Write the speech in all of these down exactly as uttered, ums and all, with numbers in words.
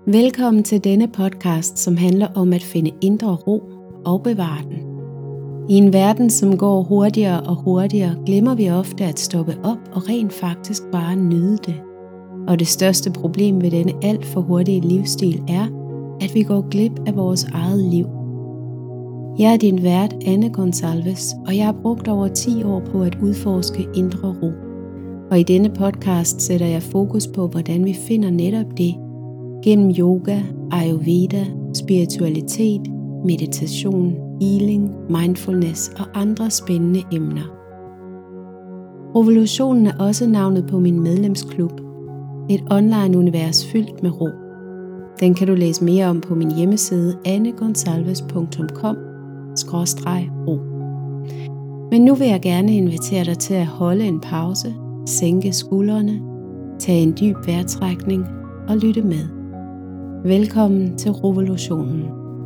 Velkommen til denne podcast, som handler om at finde indre ro og bevare den. I en verden, som går hurtigere og hurtigere, glemmer vi ofte at stoppe op og rent faktisk bare nyde det. Og det største problem ved denne alt for hurtige livsstil er, at vi går glip af vores eget liv. Jeg er din vært, Anne Gonsalves, og jeg har brugt over ti år på at udforske indre ro. Og i denne podcast sætter jeg fokus på, hvordan vi finder netop det, gennem yoga, ayurveda, spiritualitet, meditation, healing, mindfulness og andre spændende emner. Revolutionen er også navnet på min medlemsklub, et online-univers fyldt med ro. Den kan du læse mere om på min hjemmeside anne gonsalves punktum com skråstreg ro. Men nu vil jeg gerne invitere dig til at holde en pause, sænke skuldrene, tage en dyb vejrtrækning og lytte med. Velkommen til Revolutionen.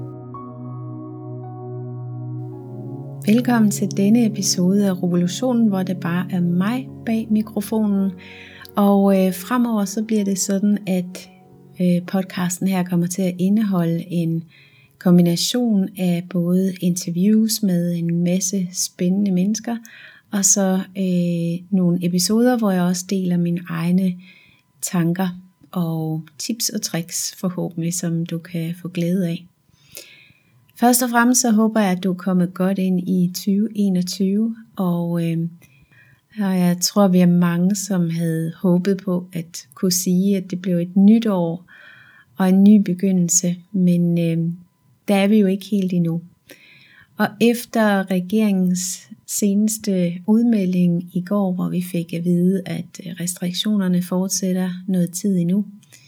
Velkommen til denne episode af Revolutionen, hvor det bare er mig bag mikrofonen. Og øh, fremover så bliver det sådan, at øh, podcasten her kommer til at indeholde en kombination af både interviews med en masse spændende mennesker, og så øh, nogle episoder, hvor jeg også deler mine egne tanker og tips og tricks forhåbentlig, som du kan få glæde af. Først og fremmest så håber jeg, at du er kommet godt ind i tyve enogtyve, og, øh, og jeg tror, vi er mange, som havde håbet på at kunne sige, at det blev et nyt år og en ny begyndelse, men øh, der er vi jo ikke helt endnu. Og efter regeringens seneste udmelding i går, hvor vi fik at vide, at restriktionerne fortsætter noget tid endnu,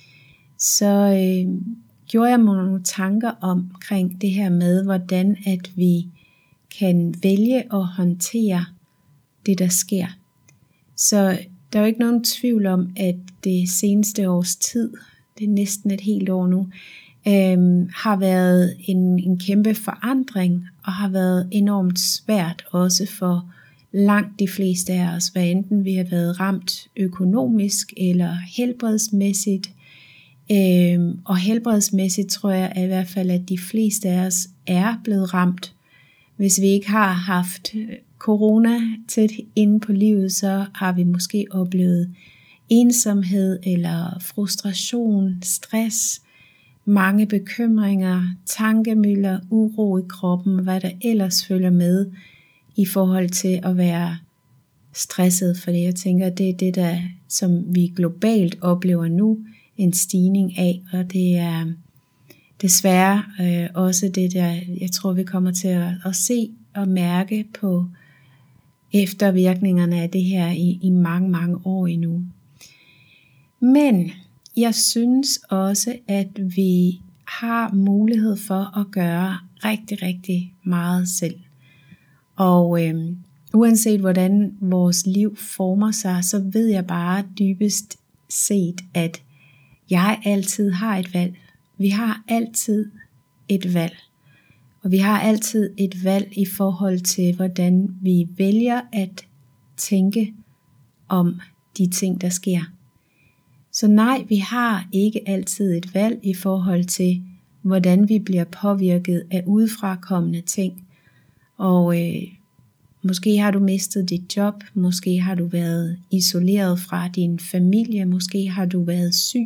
så øh, gjorde jeg mig nogle tanker omkring det her med, hvordan at vi kan vælge at håndtere det, der sker. Så der er jo ikke nogen tvivl om, at det seneste års tid, det er næsten et helt år nu, Øhm, har været en, en kæmpe forandring og har været enormt svært også for langt de fleste af os, hvad enten vi har været ramt økonomisk eller helbredsmæssigt. Øhm, og helbredsmæssigt tror jeg at i hvert fald, at de fleste af os er blevet ramt. Hvis vi ikke har haft corona tæt inde på livet, så har vi måske oplevet ensomhed eller frustration, stress, mange bekymringer, tankemylder, uro i kroppen, hvad der ellers følger med i forhold til at være stresset. For jeg tænker, det er det, der, som vi globalt oplever nu, en stigning af, og det er desværre øh, også det, der jeg tror, vi kommer til at, at se og mærke på eftervirkningerne af det her i, i mange, mange år endnu. Men jeg synes også, at vi har mulighed for at gøre rigtig, rigtig meget selv. Og øh, uanset hvordan vores liv former sig, så ved jeg bare dybest set, at jeg altid har et valg. Vi har altid et valg. Og vi har altid et valg i forhold til, hvordan vi vælger at tænke om de ting, der sker. Så nej, vi har ikke altid et valg i forhold til, hvordan vi bliver påvirket af udefrakommende ting. Og øh, måske har du mistet dit job, måske har du været isoleret fra din familie, måske har du været syg.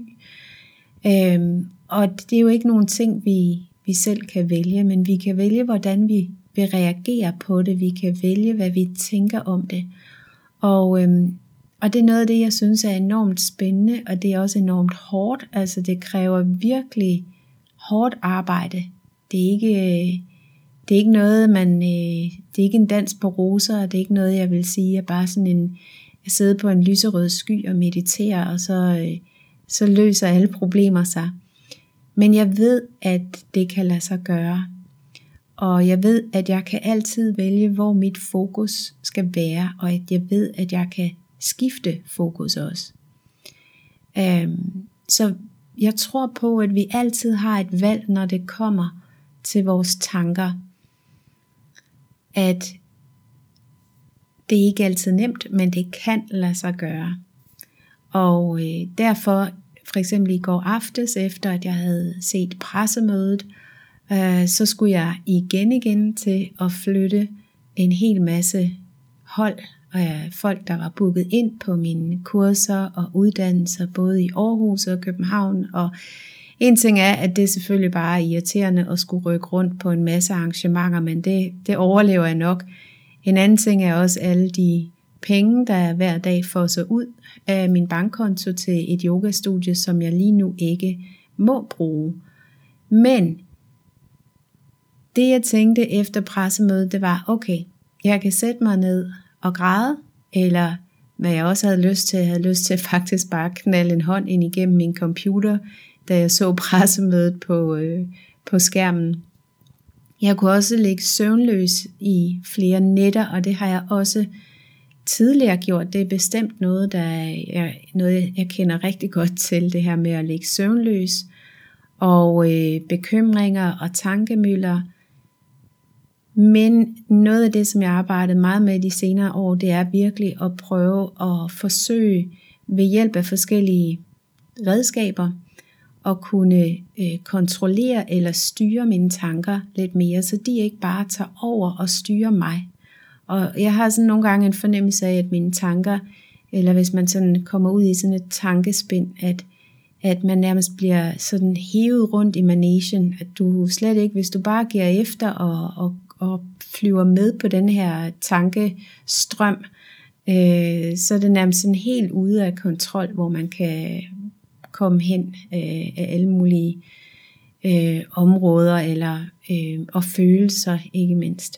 Øhm, og det er jo ikke nogen ting, vi, vi selv kan vælge, men vi kan vælge, hvordan vi vil reagere på det. Vi kan vælge, hvad vi tænker om det. Og øhm, Og det er noget af det, jeg synes er enormt spændende, og det er også enormt hårdt. Altså det kræver virkelig hårdt arbejde. Det er ikke, det er ikke noget, man, det er ikke en dans på roser, og det er ikke noget, jeg vil sige, at bare sådan en, at sidde på en lyserød sky og meditere, og så, så løser alle problemer sig. Men jeg ved, at det kan lade sig gøre. Og jeg ved, at jeg kan altid vælge, hvor mit fokus skal være, og at jeg ved, at jeg kan skifte fokus også. Øhm, så jeg tror på, at vi altid har et valg, når det kommer til vores tanker. At det er ikke altid nemt, men det kan lade sig gøre. Og øh, derfor for eksempel i går aftes, efter at jeg havde set pressemødet, øh, så skulle jeg igen igen til at flytte en hel masse hold, øh, folk der var booket ind på mine kurser og uddannelser, både i Aarhus og København. Og en ting er, at det selvfølgelig bare er irriterende at skulle rykke rundt på en masse arrangementer, men det, det overlever jeg nok. En anden ting er også alle de penge, der hver dag får sig ud af min bankkonto til et yogastudie, som jeg lige nu ikke må bruge. Men det jeg tænkte efter pressemødet, det var, okay, jeg kan sætte mig ned og græde, eller hvad jeg også havde lyst til, jeg havde lyst til faktisk bare knalde en hånd ind igennem min computer, da jeg så pressemødet på, øh, på skærmen. Jeg kunne også ligge søvnløs i flere nætter, og det har jeg også tidligere gjort. Det er bestemt noget, der er noget, jeg kender rigtig godt til, det her med at ligge søvnløs, og øh, bekymringer og tankemylder. Men noget af det, som jeg har arbejdet meget med de senere år, det er virkelig at prøve at forsøge ved hjælp af forskellige redskaber at kunne øh, kontrollere eller styre mine tanker lidt mere, så de ikke bare tager over og styrer mig. Og jeg har sådan nogle gange en fornemmelse af, at mine tanker, eller hvis man sådan kommer ud i sådan et tankespind, at, at man nærmest bliver sådan hævet rundt i managen, at du slet ikke, hvis du bare giver efter og, og, og flyver med på den her tankestrøm, øh, så er det nærmest sådan helt ude af kontrol, hvor man kan komme hen øh, af alle mulige øh, områder eller, øh, og følelser ikke mindst.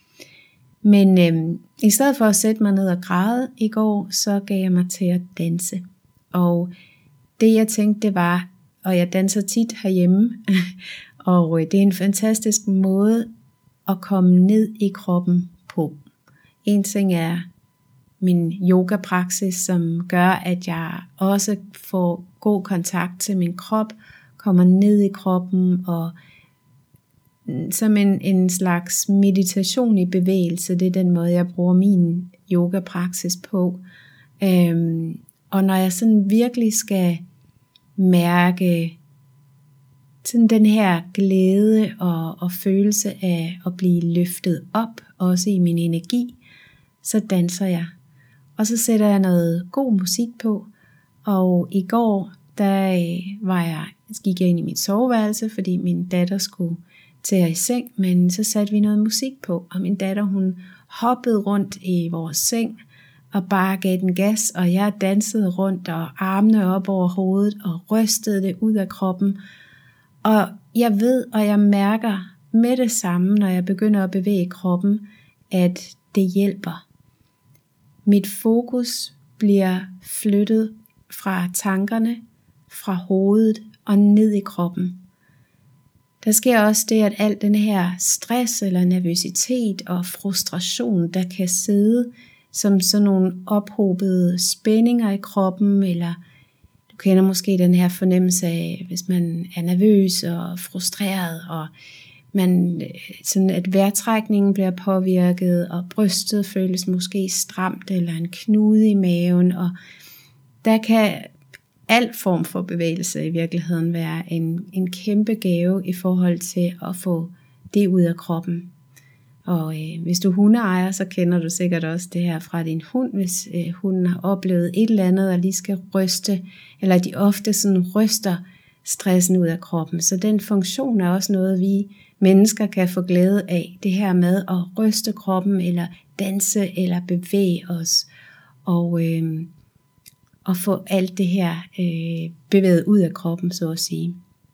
Men øh, i stedet for at sætte mig ned og græde i går, så gav jeg mig til at danse. Og det jeg tænkte, det var, og jeg danser tit herhjemme, og det er en fantastisk måde at komme ned i kroppen på. En ting er min yogapraksis, som gør, at jeg også får god kontakt til min krop, kommer ned i kroppen, og som en, en slags meditation i bevægelse. Det er den måde, jeg bruger min yogapraksis på. Øhm, og når jeg sådan virkelig skal mærke sådan den her glæde og, og følelse af at blive løftet op, også i min energi, så danser jeg. Og så sætter jeg noget god musik på. Og i går, der var jeg, gik jeg ind i mit soveværelse, fordi min datter skulle til at i seng, men så satte vi noget musik på, og min datter, hun hoppede rundt i vores seng, og bare gav den gas, og jeg dansede rundt, og armene op over hovedet, og rystede det ud af kroppen, og jeg ved, og jeg mærker med det samme, når jeg begynder at bevæge kroppen, at det hjælper. Mit fokus bliver flyttet fra tankerne, fra hovedet og ned i kroppen. Der sker også det, at al den her stress eller nervøsitet og frustration, der kan sidde som sådan nogle ophobede spændinger i kroppen, eller du kender måske den her fornemmelse af, hvis man er nervøs og frustreret, og man, sådan at vejrtrækningen bliver påvirket, og brystet føles måske stramt, eller en knude i maven, og der kan al form for bevægelse i virkeligheden være en, en kæmpe gave i forhold til at få det ud af kroppen. Og øh, hvis du er hundeejer, så kender du sikkert også det her fra din hund, hvis øh, hunden har oplevet et eller andet, og lige skal ryste, eller de ofte sådan ryster stressen ud af kroppen. Så den funktion er også noget, vi mennesker kan få glæde af. Det her med at ryste kroppen, eller danse, eller bevæge os. Og, øh, og få alt det her øh, bevæget ud af kroppen, så at sige.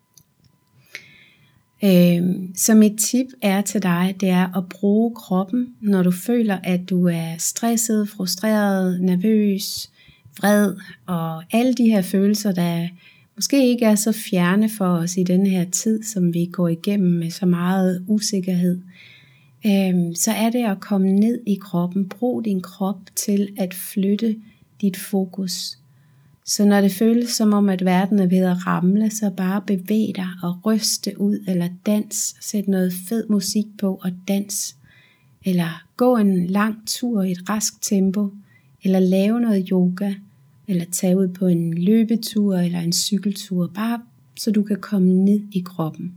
Øh, så mit tip er til dig, det er at bruge kroppen, når du føler, at du er stresset, frustreret, nervøs, vred, og alle de her følelser, der måske ikke er så fjerne for os i den her tid, som vi går igennem med så meget usikkerhed. Øh, så er det at komme ned i kroppen. Brug din krop til at flytte dit fokus. Så når det føles som om, at verden er ved at ramle, så bare bevæg dig og ryst det ud, eller dans, sæt noget fed musik på og dans. Eller gå en lang tur i et rask tempo, eller lave noget yoga, eller tage ud på en løbetur eller en cykeltur, bare så du kan komme ned i kroppen.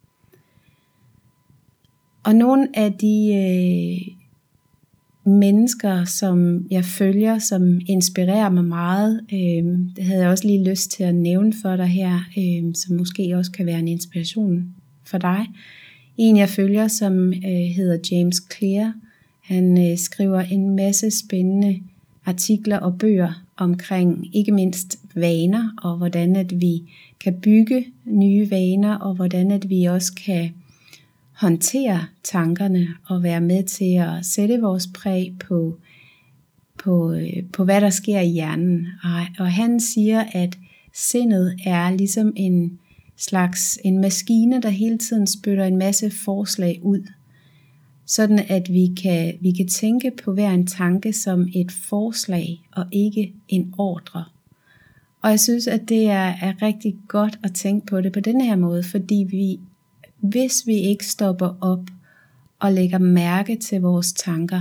Og nogle af de øh, mennesker, som jeg følger, som inspirerer mig meget, øh, det havde jeg også lige lyst til at nævne for dig her, øh, som måske også kan være en inspiration for dig. En jeg følger, som øh, hedder James Clear, han øh, skriver en masse spændende artikler og bøger omkring ikke mindst vaner, og hvordan at vi kan bygge nye vaner, og hvordan at vi også kan håndtere tankerne og være med til at sætte vores præg på, på, på hvad der sker i hjernen. Og, og han siger, at sindet er ligesom en slags en maskine, der hele tiden spytter en masse forslag ud, sådan at vi kan, vi kan tænke på hver en tanke som et forslag og ikke en ordre. Og jeg synes, at det er, er rigtig godt at tænke på det på den her måde, fordi vi, hvis vi ikke stopper op og lægger mærke til vores tanker,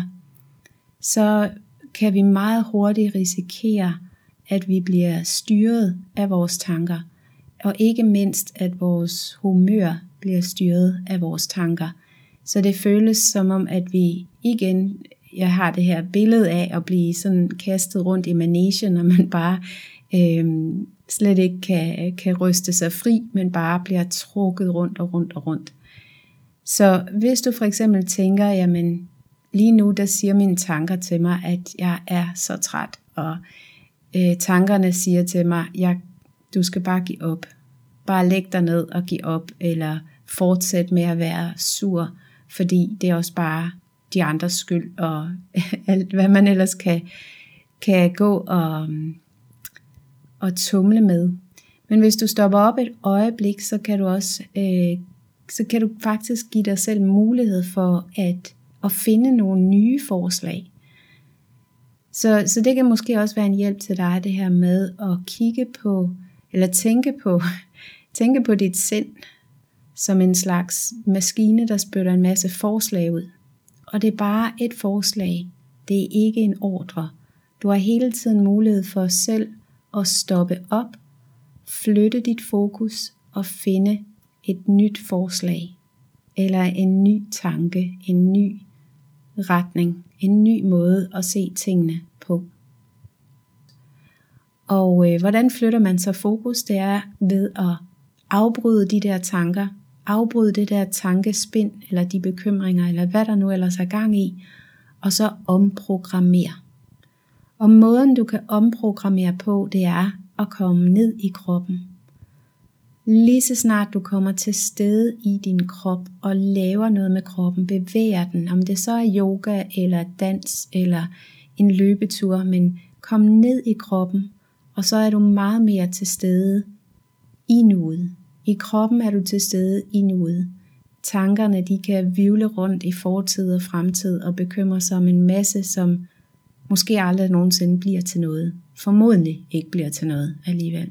så kan vi meget hurtigt risikere, at vi bliver styret af vores tanker, og ikke mindst, at vores humør bliver styret af vores tanker. Så det føles som om, at vi igen, jeg har det her billede af at blive sådan kastet rundt i managen, når man bare øh, slet ikke kan, kan ryste sig fri, men bare bliver trukket rundt og rundt og rundt. Så hvis du for eksempel tænker, jamen lige nu der siger mine tanker til mig, at jeg er så træt, og øh, tankerne siger til mig, jeg, du skal bare give op. Bare læg dig ned og give op, eller fortsæt med at være sur, fordi det er også bare de andres skyld, og alt hvad man ellers kan, kan gå og, og tumle med. Men hvis du stopper op et øjeblik, så kan du også øh, så kan du faktisk give dig selv mulighed for at, at finde nogle nye forslag. Så, så det kan måske også være en hjælp til dig, det her med at kigge på, eller tænke på, tænke på dit sind, som en slags maskine, der spytter en masse forslag ud. Og det er bare et forslag. Det er ikke en ordre. Du har hele tiden mulighed for selv at stoppe op, flytte dit fokus og finde et nyt forslag. Eller en ny tanke, en ny retning, en ny måde at se tingene på. Og øh, hvordan flytter man så fokus? Det er ved at afbryde de der tanker, afbryde det der tankespind, eller de bekymringer, eller hvad der nu ellers er gang i, og så omprogrammere. Og måden du kan omprogrammere på, det er at komme ned i kroppen. Lige så snart du kommer til stede i din krop, og laver noget med kroppen, bevæger den, om det så er yoga, eller dans, eller en løbetur, men kom ned i kroppen, og så er du meget mere til stede i nuet. I kroppen er du til stede i nuet. Tankerne, de kan hvirvle rundt i fortid og fremtid og bekymre sig om en masse, som måske aldrig nogensinde bliver til noget. Formodentlig ikke bliver til noget alligevel.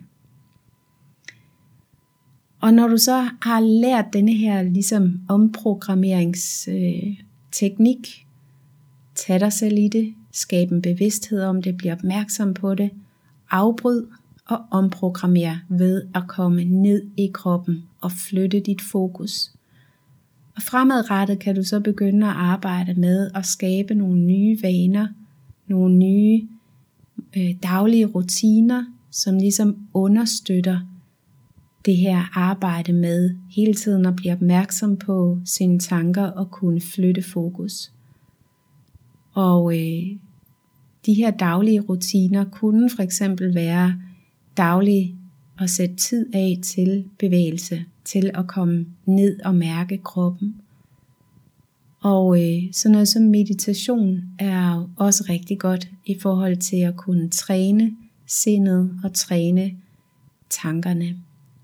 Og når du så har lært denne her ligesom omprogrammeringsteknik, øh, tag dig selv i det, skab en bevidsthed om det, bliv opmærksom på det, afbryd og omprogrammer ved at komme ned i kroppen og flytte dit fokus. Og fremadrettet kan du så begynde at arbejde med at skabe nogle nye vaner, nogle nye øh, daglige rutiner, som ligesom understøtter det her arbejde med hele tiden at blive opmærksom på sine tanker og kunne flytte fokus. Og øh, de her daglige rutiner kunne for eksempel være dagligt at sætte tid af til bevægelse, til at komme ned og mærke kroppen. Og øh, sådan noget som meditation er også rigtig godt i forhold til at kunne træne sindet og træne tankerne.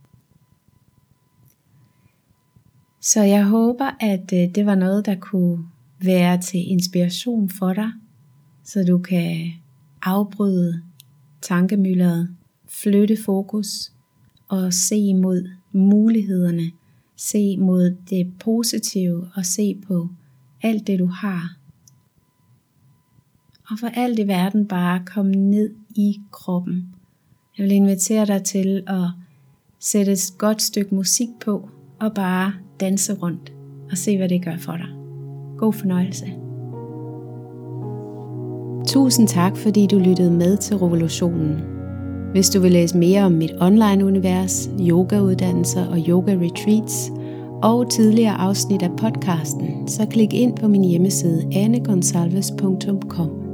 Så jeg håber, at øh, det var noget, der kunne være til inspiration for dig, så du kan afbryde tankemylderet, flytte fokus og se imod mulighederne, se mod det positive og se på alt det du har. Og for alt i verden bare komme ned i kroppen. Jeg vil invitere dig til at sætte et godt stykke musik på og bare danse rundt og se, hvad det gør for dig. God fornøjelse. Tusind tak, fordi du lyttede med til Revolutionen. Hvis du vil læse mere om mit online-univers, yogauddannelser og yoga-retreats og tidligere afsnit af podcasten, så klik ind på min hjemmeside ane gonsalves punktum com.